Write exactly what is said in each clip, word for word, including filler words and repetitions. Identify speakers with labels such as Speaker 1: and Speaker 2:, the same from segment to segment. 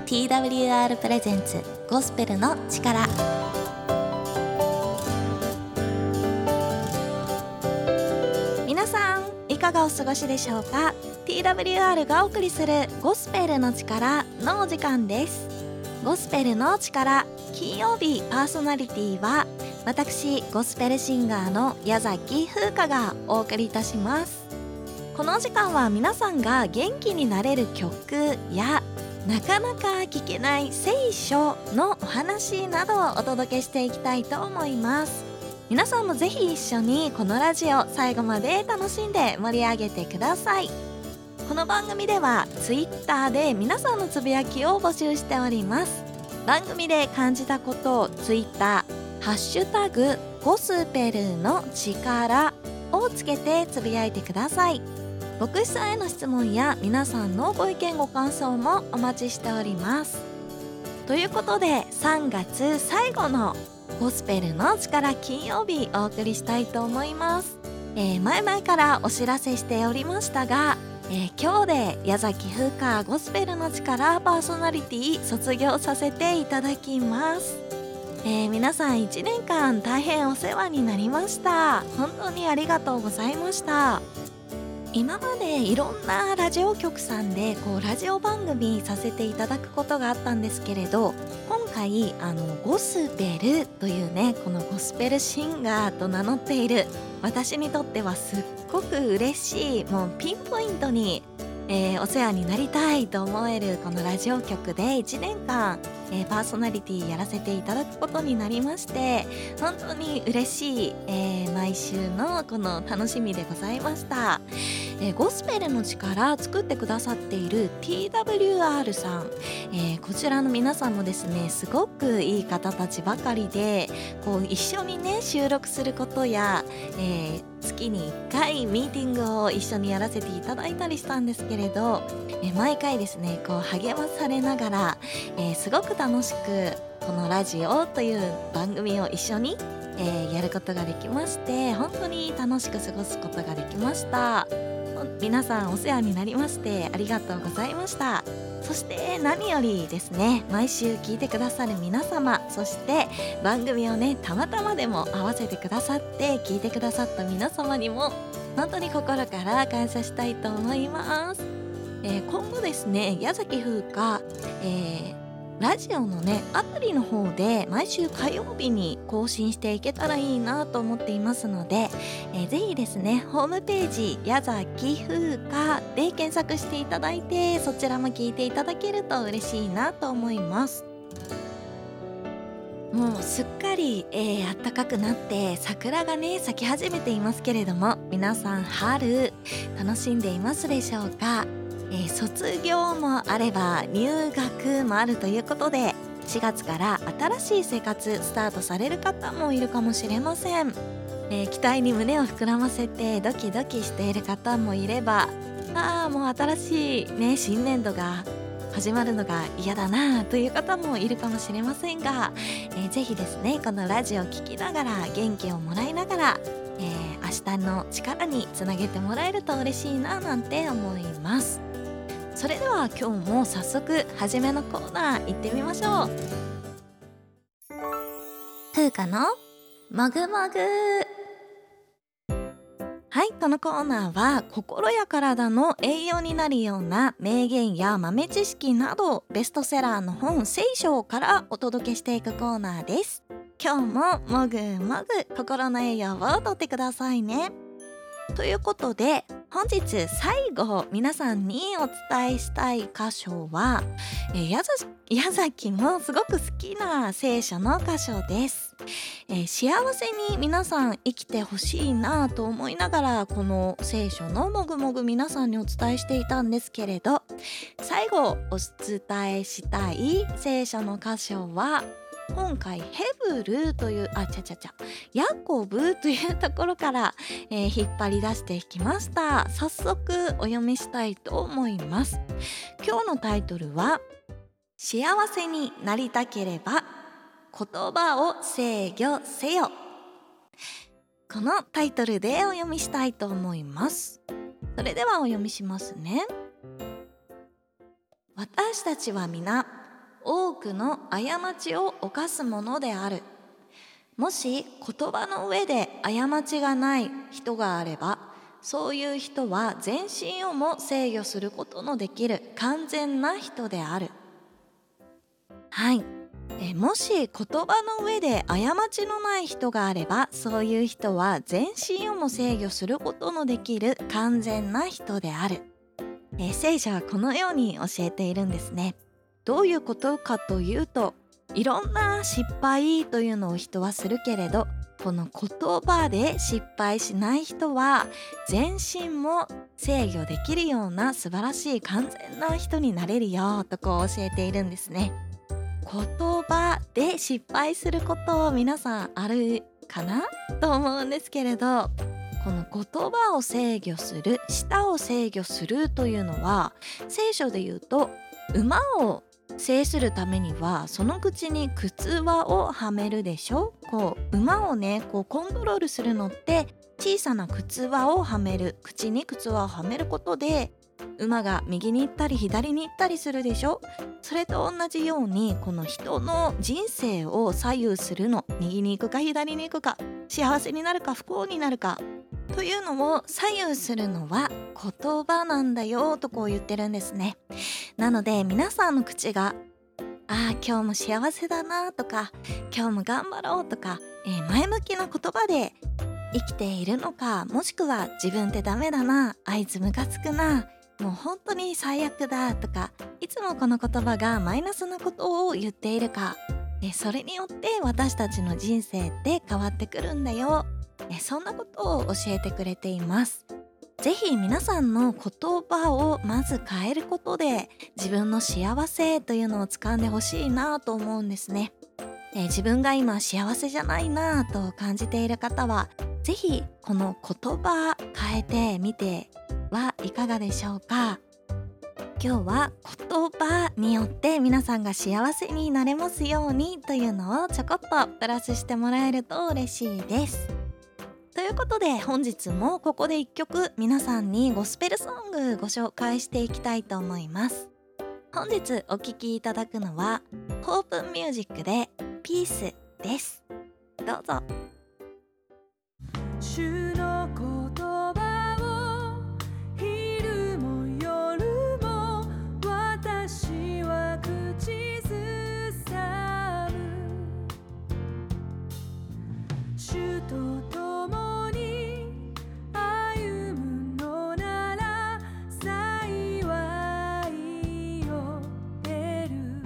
Speaker 1: ティーダブリューアール プレゼンツゴスペルの力。皆さんいかがお過ごしでしょうか。 ティーダブリューアール がお送りするゴスペルの力のお時間です。ゴスペルの力金曜日パーソナリティは私ゴスペルシンガーの矢崎風花がお送りいたします。この時間は皆さんが元気になれる曲やなかなか聞けない聖書のお話などをお届けしていきたいと思います。皆さんもぜひ一緒にこのラジオ最後まで楽しんで盛り上げてください。この番組ではツイッターで皆さんのつぶやきを募集しております。番組で感じたことをツイッターハッシュタグゴスペルの力をつけてつぶやいてください。牧師さんへの質問や皆さんのご意見ご感想もお待ちしております。ということでさんがつ最後のゴスペルの力金曜日お送りしたいと思います。えー、前々からお知らせしておりましたが、えー、今日で矢崎風花ゴスペルの力パーソナリティ卒業させていただきます。えー、皆さんいちねんかん大変お世話になりました。本当にありがとうございました。今までいろんなラジオ局さんでこうラジオ番組させていただくことがあったんですけれど、今回あのゴスペルというねこのゴスペルシンガーと名乗っている私にとってはすっごく嬉しい、もうピンポイントに、えー、お世話になりたいと思えるこのラジオ局でいちねんかん、えー、パーソナリティやらせていただくことになりまして、本当に嬉しい、えー、毎週のこの楽しみでございました。えー、ゴスペルの力作ってくださっている ティーダブリューアール さん、えー、こちらの皆さんもですねすごくいい方たちばかりで、こう一緒にね収録することや、えー、月にいっかいミーティングを一緒にやらせていただいたりしたんですけれど、えー、毎回ですねこう励まされながら、えー、すごく楽しくこのラジオという番組を一緒に、えー、やることができまして、本当に楽しく過ごすことができました。皆さんお世話になりましてありがとうございました。そして何よりですね、毎週聞いてくださる皆様、そして番組をねたまたまでも合わせてくださって聞いてくださった皆様にも本当に心から感謝したいと思います。えー、今後ですね矢崎風花、えーラジオのねアプリの方で毎週火曜日に更新していけたらいいなと思っていますので、えー、ぜひですねホームページ矢崎風花で検索していただいて、そちらも聞いていただけると嬉しいなと思います。もうすっかり、えー、暖かくなって桜がね咲き始めていますけれども、皆さん春楽しんでいますでしょうか。えー、卒業もあれば入学もあるということで、しがつから新しい生活スタートされる方もいるかもしれません。えー、期待に胸を膨らませてドキドキしている方もいれば、あーもう新しい、ね、新年度が始まるのが嫌だなという方もいるかもしれませんが、えー、ぜひですねこのラジオを聞きながら元気をもらいながら、えー、明日の力につなげてもらえると嬉しいななんて思います。それでは今日も早速初めのコーナー行ってみましょう。風花のもぐもぐ。はい、このコーナーは心や体の栄養になるような名言や豆知識などベストセラーの本聖書からお届けしていくコーナーです。今日ももぐもぐ心の栄養をとってくださいね。ということで本日最後皆さんにお伝えしたい箇所は、えー、矢崎、矢崎もすごく好きな聖書の箇所です。えー、幸せに皆さん生きてほしいなと思いながらこの聖書のもぐもぐ皆さんにお伝えしていたんですけれど、最後お伝えしたい聖書の箇所は今回ヘブルというあちゃちゃちゃヤコブというところから、えー、引っ張り出していきました。早速お読みしたいと思います。今日のタイトルは幸せになりたければ言葉を制御せよ。このタイトルでお読みしたいと思います。それではお読みしますね。私たちは皆くの過ちを犯すものである。もし言葉の上で過ちがない人があれば、そういう人は全身をも制御することのできる完全な人である。はい、えもし言葉の上で過ちのない人があれば、そういう人は全身をも制御することのできる完全な人である。え聖書はこのように教えているんですね。どういうことかというと、いろんな失敗というのを人はするけれど、この言葉で失敗しない人は全身も制御できるような素晴らしい完全な人になれるよとこう教えているんですね。言葉で失敗すること皆さんあるかなと思うんですけれど、この言葉を制御する、舌を制御するというのは、聖書で言うと馬を制するためにはその口に靴輪をはめるでしょ。こう馬をねこうコントロールするのって小さな靴輪をはめる、口に靴輪をはめることで馬が右に行ったり左に行ったりするでしょ。それと同じようにこの人の人生を左右するの、右に行くか左に行くか、幸せになるか不幸になるかというのを左右するのは言葉なんだよとこう言ってるんですね。なので皆さんの口がああ今日も幸せだなとか、今日も頑張ろうとか、えー前向きな言葉で生きているのか、もしくは自分ってダメだな、あいつムカつくな、もう本当に最悪だとか、いつもこの言葉がマイナスなことを言っているか、えそれによって私たちの人生って変わってくるんだよ。えそんなことを教えてくれています。ぜひ皆さんの言葉をまず変えることで自分の幸せというのを掴んでほしいなと思うんですね。え自分が今幸せじゃないなと感じている方は、ぜひこの言葉変えてみてはいかがでしょうか。今日は言葉によって皆さんが幸せになれますようにというのをちょこっとプラスしてもらえると嬉しいです。ということで本日もここでいっきょく皆さんにゴスペルソングご紹介していきたいと思います。本日お聴きいただくのはホープンミュージックでピースです。どうぞ。
Speaker 2: 主の言葉を昼も夜も私は口ずさむ。主と共に歩むのなら幸いを得る。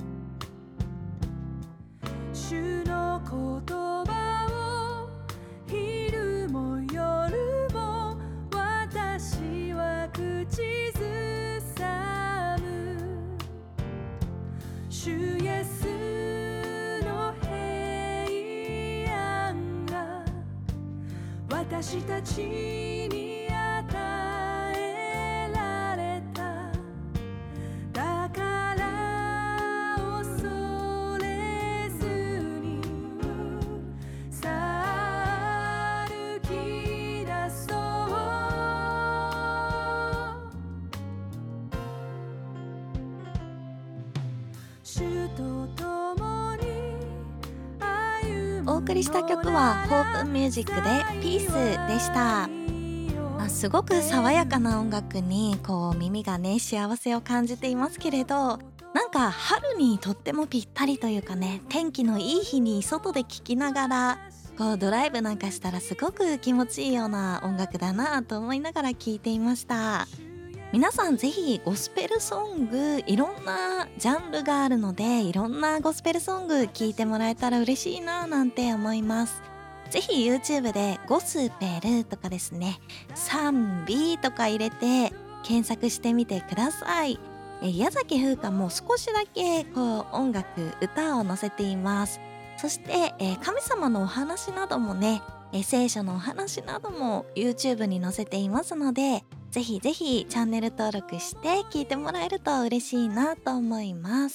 Speaker 2: 主の言葉を昼も夜も私は口ずさむ。主イエスの平安が私たちに与えられた。だから恐れずにさあ歩き出そう。主と共に歩む。
Speaker 1: お送りした曲はホープンミュージックでピースでした。あすごく爽やかな音楽にこう耳がね幸せを感じていますけれど、なんか春にとってもぴったりというかね、天気のいい日に外で聴きながらこうドライブなんかしたらすごく気持ちいいような音楽だなと思いながら聴いていました。皆さんぜひゴスペルソングいろんなジャンルがあるので、いろんなゴスペルソング聴いてもらえたら嬉しいななんて思います。ぜひ YouTube でゴスペルとかですね、賛美とか入れて検索してみてください。え矢崎風花も少しだけこう音楽歌を載せています。そして、えー神様のお話などもね、えー聖書のお話なども YouTube に載せていますので、ぜひぜひチャンネル登録して聞いてもらえると嬉しいなと思います。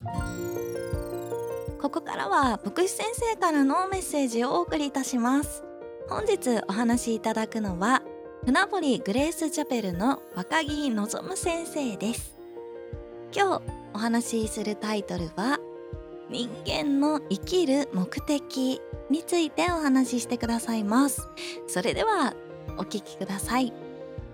Speaker 1: ここからは牧師先生からのメッセージをお送りいたします。本日お話しいただくのは船堀グレースチャペルの若木望先生です。 今日お話しするタイトルは人間の生きる目的についてお話ししてくださいます。それではお聞きください。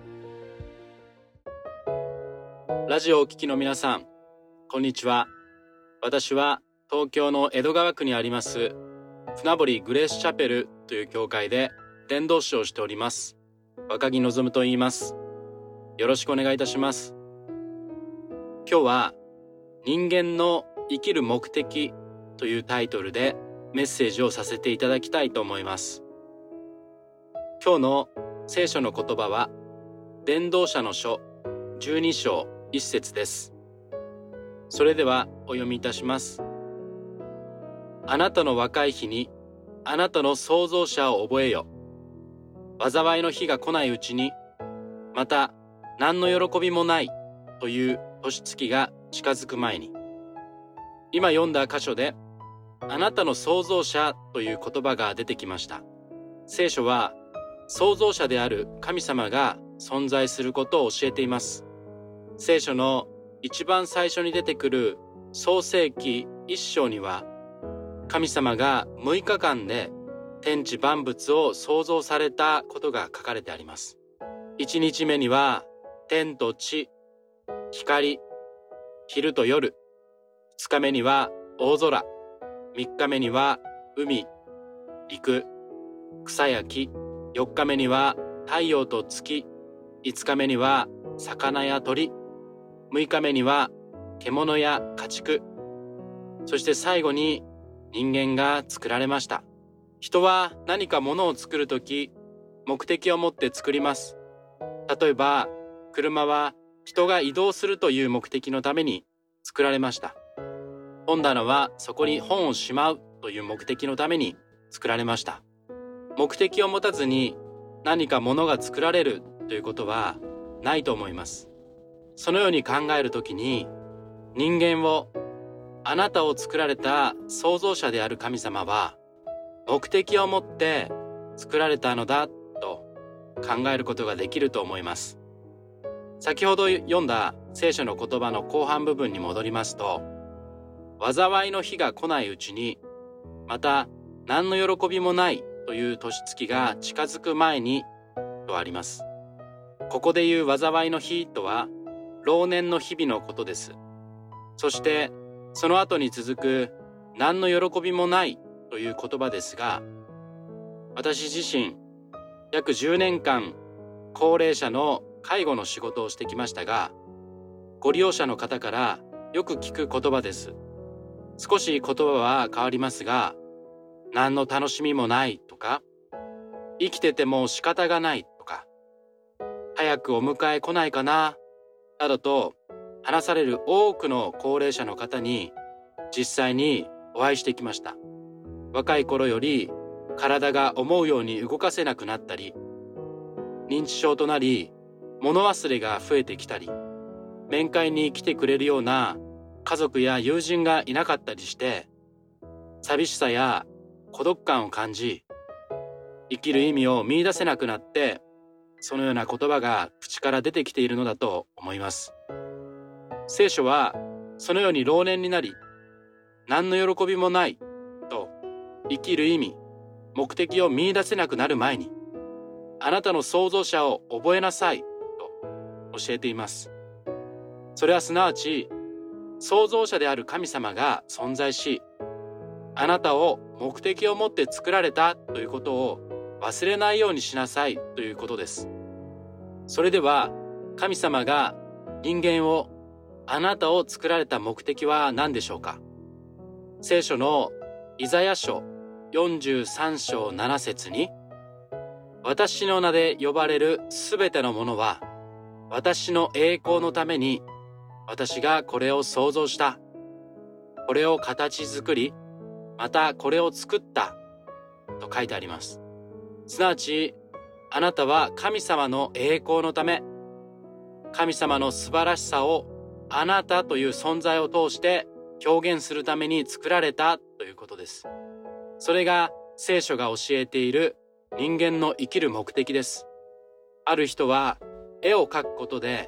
Speaker 3: ラジオをお聞きの皆さん、こんにちは。私は東京の江戸川区にあります船堀グレースチャペルという教会で伝道師をしております若木望と言います。よろしくお願いいたします。今日は人間の生きる目的というタイトルでメッセージをさせていただきたいと思います。今日の聖書の言葉は伝道者の書じゅうに章いち節です。それではお読みいたします。あなたの若い日にあなたの創造者を覚えよ。災いの日が来ないうちに、また何の喜びもないという年月が近づく前に。今読んだ箇所であなたの創造者という言葉が出てきました。聖書は創造者である神様が存在することを教えています。聖書の一番最初に出てくる創世記一章には、神様がむいかかんで天地万物を創造されたことが書かれてあります。一日目には天と地、光、昼と夜、二日目には大空、三日目には海、陸、草や木、四日目には太陽と月、五日目には魚や鳥、六日目には獣や家畜、そして最後に人間が作られました。人は何か物を作るとき、目的を持って作ります。例えば、車は人が移動するという目的のために作られました。本棚はそこに本をしまうという目的のために作られました。目的を持たずに何か物が作られるということはないと思います。そのように考えるときに、人間を、あなたを作られた創造者である神様は目的を持って作られたのだと考えることができると思います。先ほど読んだ聖書の言葉の後半部分に戻りますと、災いの日が来ないうちに、また何の喜びもないという年月が近づく前にとあります。ここで言う災いの日とは老年の日々のことです。そしてその後に続く何の喜びもないという言葉ですが、私自身約じゅうねんかん高齢者の介護の仕事をしてきましたが、ご利用者の方からよく聞く言葉です。少し言葉は変わりますが、何の楽しみもないとか、生きてても仕方がないとか、早くお迎え来ないかななどと話される多くの高齢者の方に実際にお会いしてきました。若い頃より体が思うように動かせなくなったり、認知症となり物忘れが増えてきたり、面会に来てくれるような家族や友人がいなかったりして、寂しさや孤独感を感じ、生きる意味を見出せなくなって、そのような言葉が口から出てきているのだと思います。聖書はそのように老年になり、何の喜びもないと生きる意味、目的を見出せなくなる前に、あなたの創造者を覚えなさいと教えています。それはすなわち、創造者である神様が存在し、あなたを目的を持って作られたということを忘れないようにしなさいということです。それでは、神様が人間を、あなたを作られた目的は何でしょうか。聖書のイザヤ書よんじゅうさん章なな節に、私の名で呼ばれるすべてのものは、私の栄光のために私がこれを創造した。これを形作り、またこれを作ったと書いてあります。すなわち、あなたは神様の栄光のため、神様の素晴らしさをあなたという存在を通して表現するために作られたということです。それが聖書が教えている人間の生きる目的です。ある人は絵を描くことで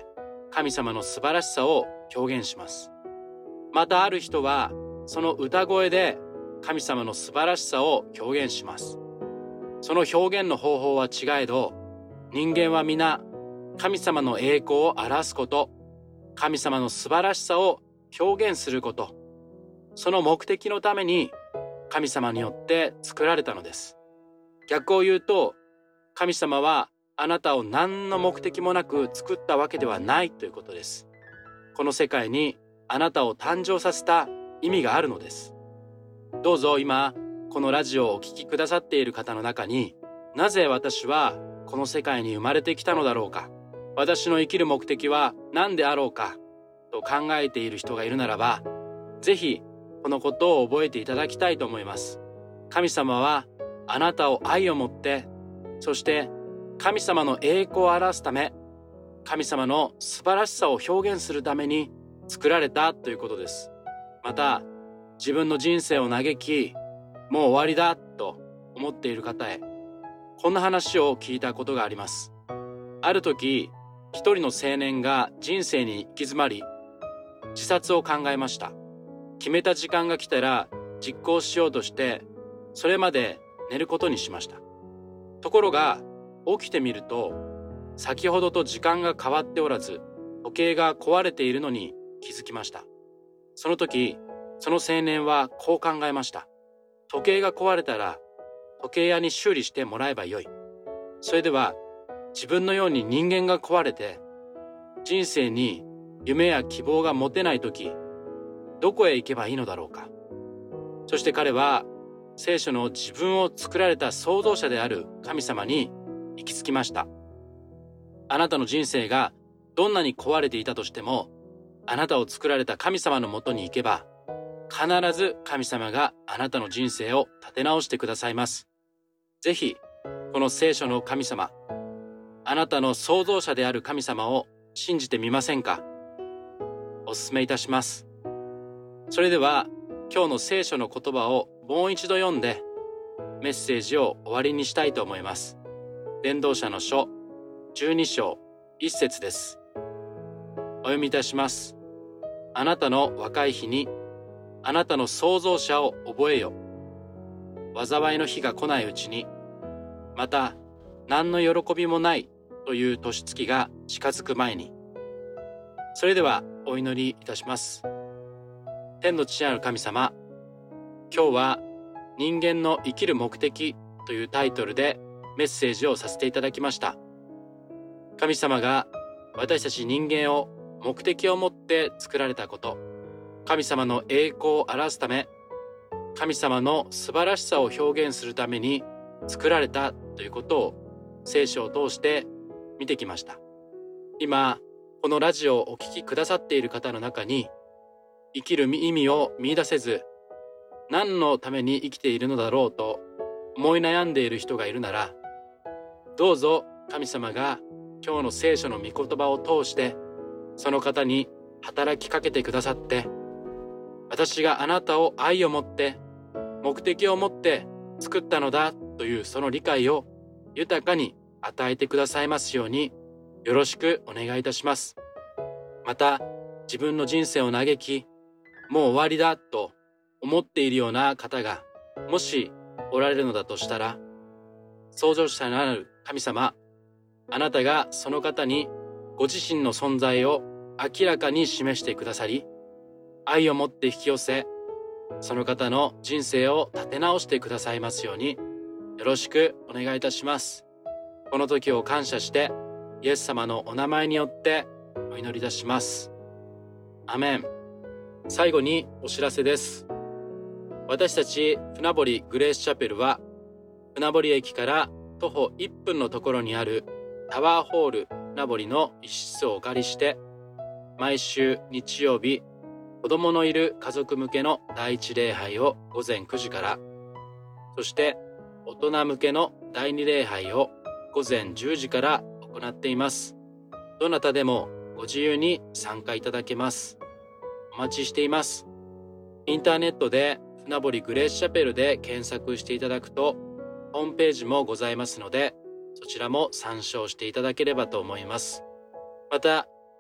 Speaker 3: 神様の素晴らしさを表現します。またある人はその歌声で神様の素晴らしさを表現します。その表現の方法は違えど、人間は皆神様の栄光を表すこと、神様の素晴らしさを表現すること、その目的のために神様によって作られたのです。逆を言うと、神様はあなたを何の目的もなく作ったわけではないということです。この世界にあなたを誕生させた意味があるのです。どうぞ今このラジオをお聞きくださっている方の中に、なぜ私はこの世界に生まれてきたのだろうか、私の生きる目的は何であろうかと考えている人がいるならば、ぜひこのことを覚えていただきたいと思います。神様はあなたを愛を持って、そして神様の栄光を表すため、神様の素晴らしさを表現するために作られたということです。また自分の人生を嘆き、もう終わりだと思っている方へ、こんな話を聞いたことがあります。ある時、一人の青年が人生に行き詰まり、自殺を考えました。決めた時間が来たら実行しようとして、それまで寝ることにしました。ところが起きてみると、先ほどと時間が変わっておらず、時計が壊れているのに気づきました。その時、その青年はこう考えました。時計が壊れたら時計屋に修理してもらえばよい。それでは自分のように人間が壊れて、人生に夢や希望が持てない時、どこへ行けばいいのだろうか。そして彼は聖書の自分を作られた創造者である神様に行き着きました。あなたの人生がどんなに壊れていたとしても、あなたを作られた神様のもとに行けば、必ず神様があなたの人生を立て直してくださいます。ぜひこの聖書の神様、あなたの創造者である神様を信じてみませんか。お勧めいたします。それでは今日の聖書の言葉をもう一度読んでメッセージを終わりにしたいと思います。伝道者の書じゅうに章いっ節です。お読みいたします。あなたの若い日にあなたの創造者を覚えよ。災いの日が来ないうちに、また何の喜びもないという年月が近づく前に。それではお祈りいたします。天の父なる神様、今日は人間の生きる目的というタイトルでメッセージをさせていただきました。神様が私たち人間を目的を持って作られたこと、神様の栄光を表すため、神様の素晴らしさを表現するために作られたということを聖書を通して見てきました。今このラジオをお聞きくださっている方の中に、生きる意味を見出せず、何のために生きているのだろうと思い悩んでいる人がいるなら、どうぞ神様が今日の聖書の御言葉を通してその方に働きかけてくださって、私があなたを愛を持って目的を持って作ったのだというその理解を豊かに与えてくださいますように、よろしくお願いいたします。また自分の人生を嘆き、もう終わりだと思っているような方がもしおられるのだとしたら、創造者なる神様、あなたがその方にご自身の存在を明らかに示してくださり、愛を持って引き寄せ、その方の人生を立て直してくださいますように、よろしくお願いいたします。この時を感謝して、イエス様のお名前によってお祈りいたします。アメン。最後にお知らせです。私たち船堀グレースチャペルは、船堀駅から徒歩いっぷんのところにあるタワーホール船堀の一室をお借りして、毎週日曜日、子供のいる家族向けの第一礼拝を午前くじから、そして大人向けの第二礼拝を午前じゅうじから行っています。どなたでもご自由に参加いただけます。お待ちしています。インターネットで船堀グレースチャペルで検索していただくと、ホームページもございますので、そちらも参照していただければと思います。また、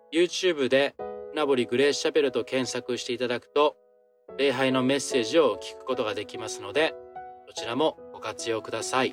Speaker 3: YouTube で船堀グレースチャペルと検索していただくと礼拝のメッセージを聞くことができますので、どちらもご活用ください。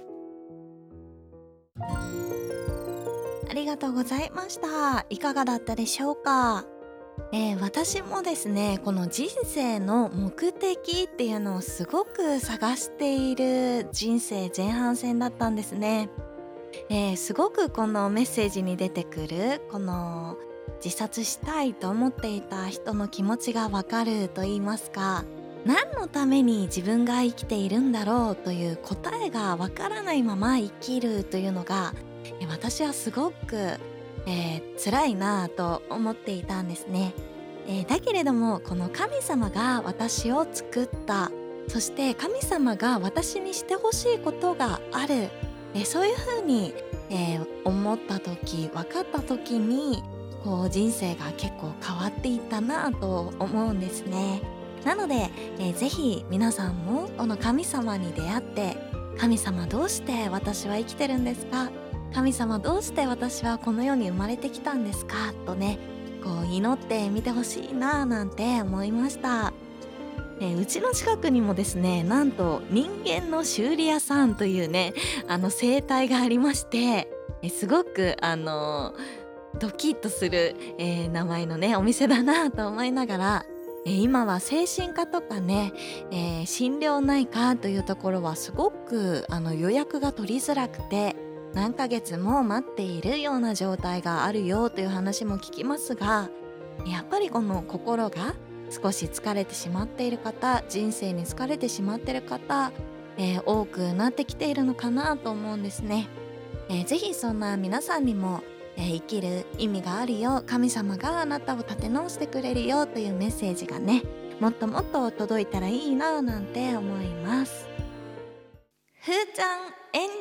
Speaker 1: ありがとうございました。いかがだったでしょうか。えー、私もですね、この人生の目的っていうのをすごく探している人生前半戦だったんですね。えー、すごくこのメッセージに出てくるこの自殺したいと思っていた人の気持ちがわかると言いますか、何のために自分が生きているんだろうという答えがわからないまま生きるというのが、えー私はすごく、えー辛いなぁと思っていたんですね。えーだけれども、この神様が私を作った、そして神様が私にしてほしいことがある、えーそういうふうに、えー思った時、分かった時にこう人生が結構変わっていったなぁと思うんですね。なので、えーぜひ皆さんもこの神様に出会って、神様どうして私は生きてるんですか、神様どうして私はこの世に生まれてきたんですかとね、こう祈ってみてほしいなぁなんて思いました。えーうちの近くにもですね、なんと人間の修理屋さんというね、あの生態がありまして、えーすごくあのードキッとする、えー名前のねお店だなと思いながら、えー今は精神科とかね、えー心療内科というところはすごくあの予約が取りづらくて、何ヶ月も待っているような状態があるよという話も聞きますが、やっぱりこの心が少し疲れてしまっている方、人生に疲れてしまっている方、えー多くなってきているのかなと思うんですね。えーぜひそんな皆さんにも、えー生きる意味があるよ、神様があなたを立て直してくれるよというメッセージがね、もっともっと届いたらいいななんて思います。ふーちゃんエンディング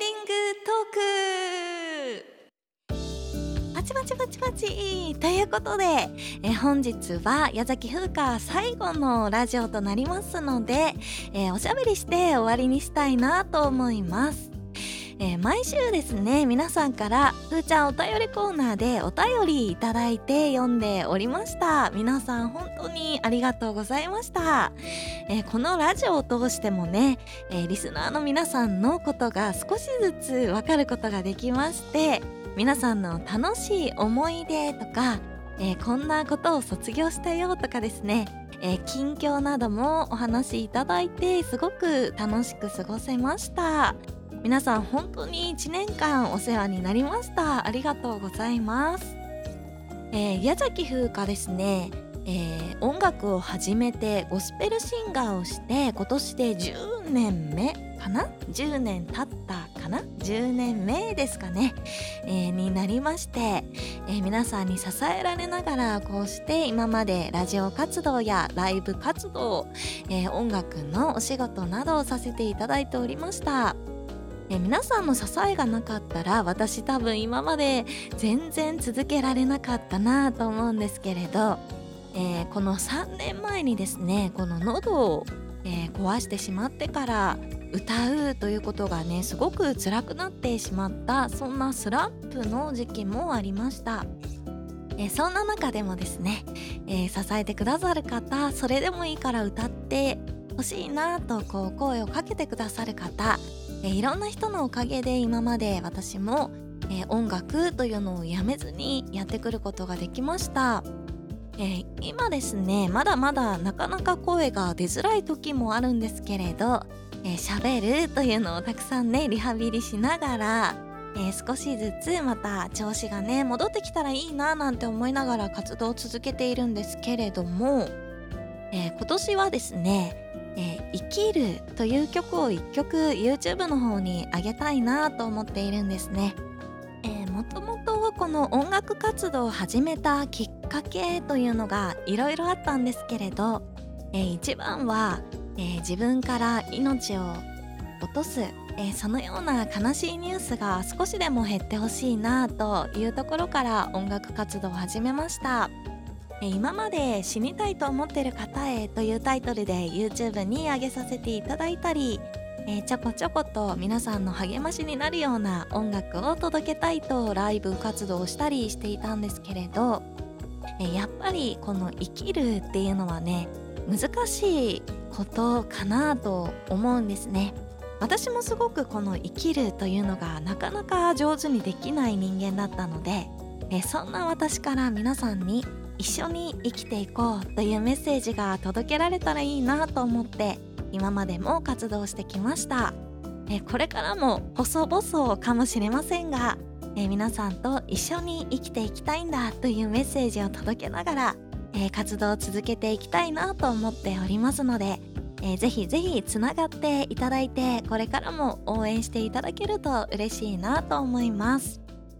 Speaker 1: トーク、パチパチパチパチということで、えー本日は矢崎風花最後のラジオとなりますので、えーおしゃべりして終わりにしたいなと思います。えー毎週ですね、皆さんからふーちゃんお便りコーナーでお便りいただいて読んでおりました。皆さん本当にありがとうございました。えーこのラジオを通してもね、えーリスナーの皆さんのことが少しずつわかることができまして、皆さんの楽しい思い出とか、えーこんなことを卒業したよとかですね、えー近況などもお話しいただいて、すごく楽しく過ごせました。皆さん本当にいちねんかんお世話になりました。ありがとうございます。えー矢崎風花ですね、えー音楽を始めてゴスペルシンガーをして今年でじゅうねんめかな、じゅうねん経ったかな、じゅうねんめですかね、えーになりまして、えー皆さんに支えられながらこうして今までラジオ活動やライブ活動、えー音楽のお仕事などをさせていただいておりました。えー皆さんの支えがなかったら私多分今まで全然続けられなかったなと思うんですけれど、えーこのさんねんまえにですね、この喉を、えー壊してしまってから歌うということがね、すごく辛くなってしまった、そんなスランプの時期もありました。えーそんな中でもですね、えー支えてくださる方、それでもいいから歌ってほしいなとこう声をかけてくださる方、えーいろんな人のおかげで今まで私も、えー音楽というのをやめずにやってくることができました。えー今ですね、まだまだなかなか声が出づらい時もあるんですけれど、えー、喋るというのをたくさんねリハビリしながら、えー少しずつまた調子がね戻ってきたらいいななんて思いながら活動を続けているんですけれども、えー今年はですね、えー生きるという曲をいっきょく YouTube の方に上げたいなと思っているんですね。えーもともとこの音楽活動を始めたきっかけというのがいろいろあったんですけれど、えー一番は、えー自分から命を落とす、えーそのような悲しいニュースが少しでも減ってほしいなというところから音楽活動を始めました。えー今まで死にたいと思っている方へというタイトルで YouTube に上げさせていただいたり、えーちょこちょこと皆さんの励ましになるような音楽を届けたいとライブ活動をしたりしていたんですけれど、 えやっぱりこの生きるっていうのはね、難しいことかなと思うんですね。私もすごくこの生きるというのがなかなか上手にできない人間だったので、えそんな私から皆さんに一緒に生きていこうというメッセージが届けられたらいいなと思って今までも活動してきました。えこれからも細々かもしれませんが、え皆さんと一緒に生きていきたいんだというメッセージを届けながら、え活動を続けていきたいなと思っておりますので、えー、ぜひぜひつながっていただいて、これからも応援していただけると嬉しいなと思います。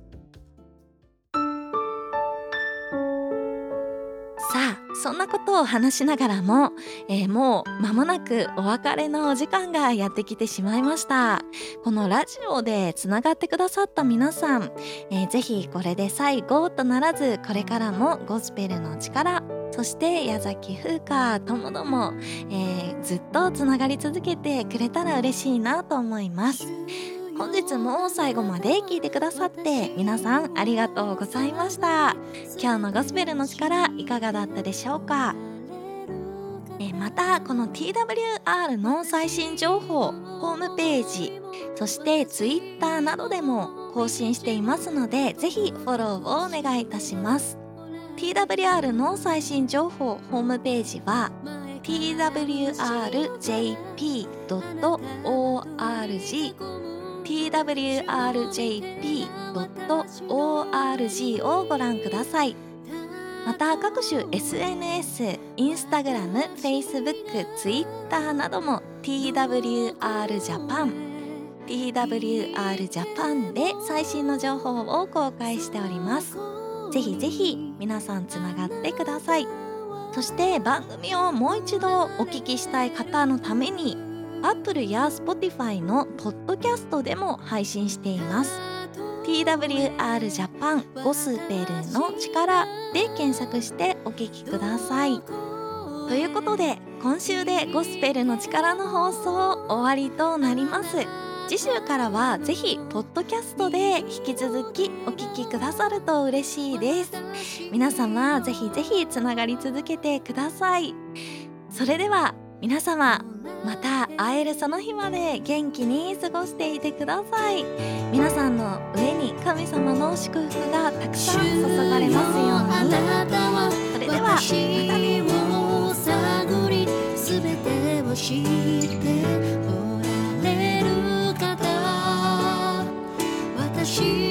Speaker 1: さあ、そんなことを話しながらも、えー、もう間もなくお別れのお時間がやってきてしまいました。このラジオでつながってくださった皆さん、えー、ぜひこれで最後とならず、これからもゴスペルの力、そして矢崎風花ともども、えー、ずっとつながり続けてくれたら嬉しいなと思います。本日も最後まで聞いてくださって皆さんありがとうございました。今日のゴスペルの力いかがだったでしょうか。えまたこの ティーダブリューアール の最新情報、ホームページ、そしてツイッターなどでも更新していますので、ぜひフォローをお願いいたします。 ティーダブリューアール の最新情報ホームページは ティーダブリューアールジェーピードットオーアールジーティーダブリューアールジェーピードットオーアールジー をご覧ください。また各種 エスエヌエス、インスタグラム、フェイスブック、ツイッターなども ティーダブリューアール ジャパン ティーダブリューアール ジャパンで最新の情報を公開しております。ぜひぜひ皆さんつながってください。そして番組をもう一度お聞きしたい方のためにApple や Spotify のポッドキャストでも配信しています。 ティーダブリューアール ジャパンゴスペルの力で検索してお聞きください。ということで今週でゴスペルの力の放送終わりとなります。次週からはぜひポッドキャストで引き続きお聞きくださると嬉しいです。皆様ぜひぜひつながり続けてください。それでは皆様、また会えるその日まで元気に過ごしていてください。皆さんの上に神様の祝福がたくさん注がれますように。それではまたね。探りすべてを知っておられる方、私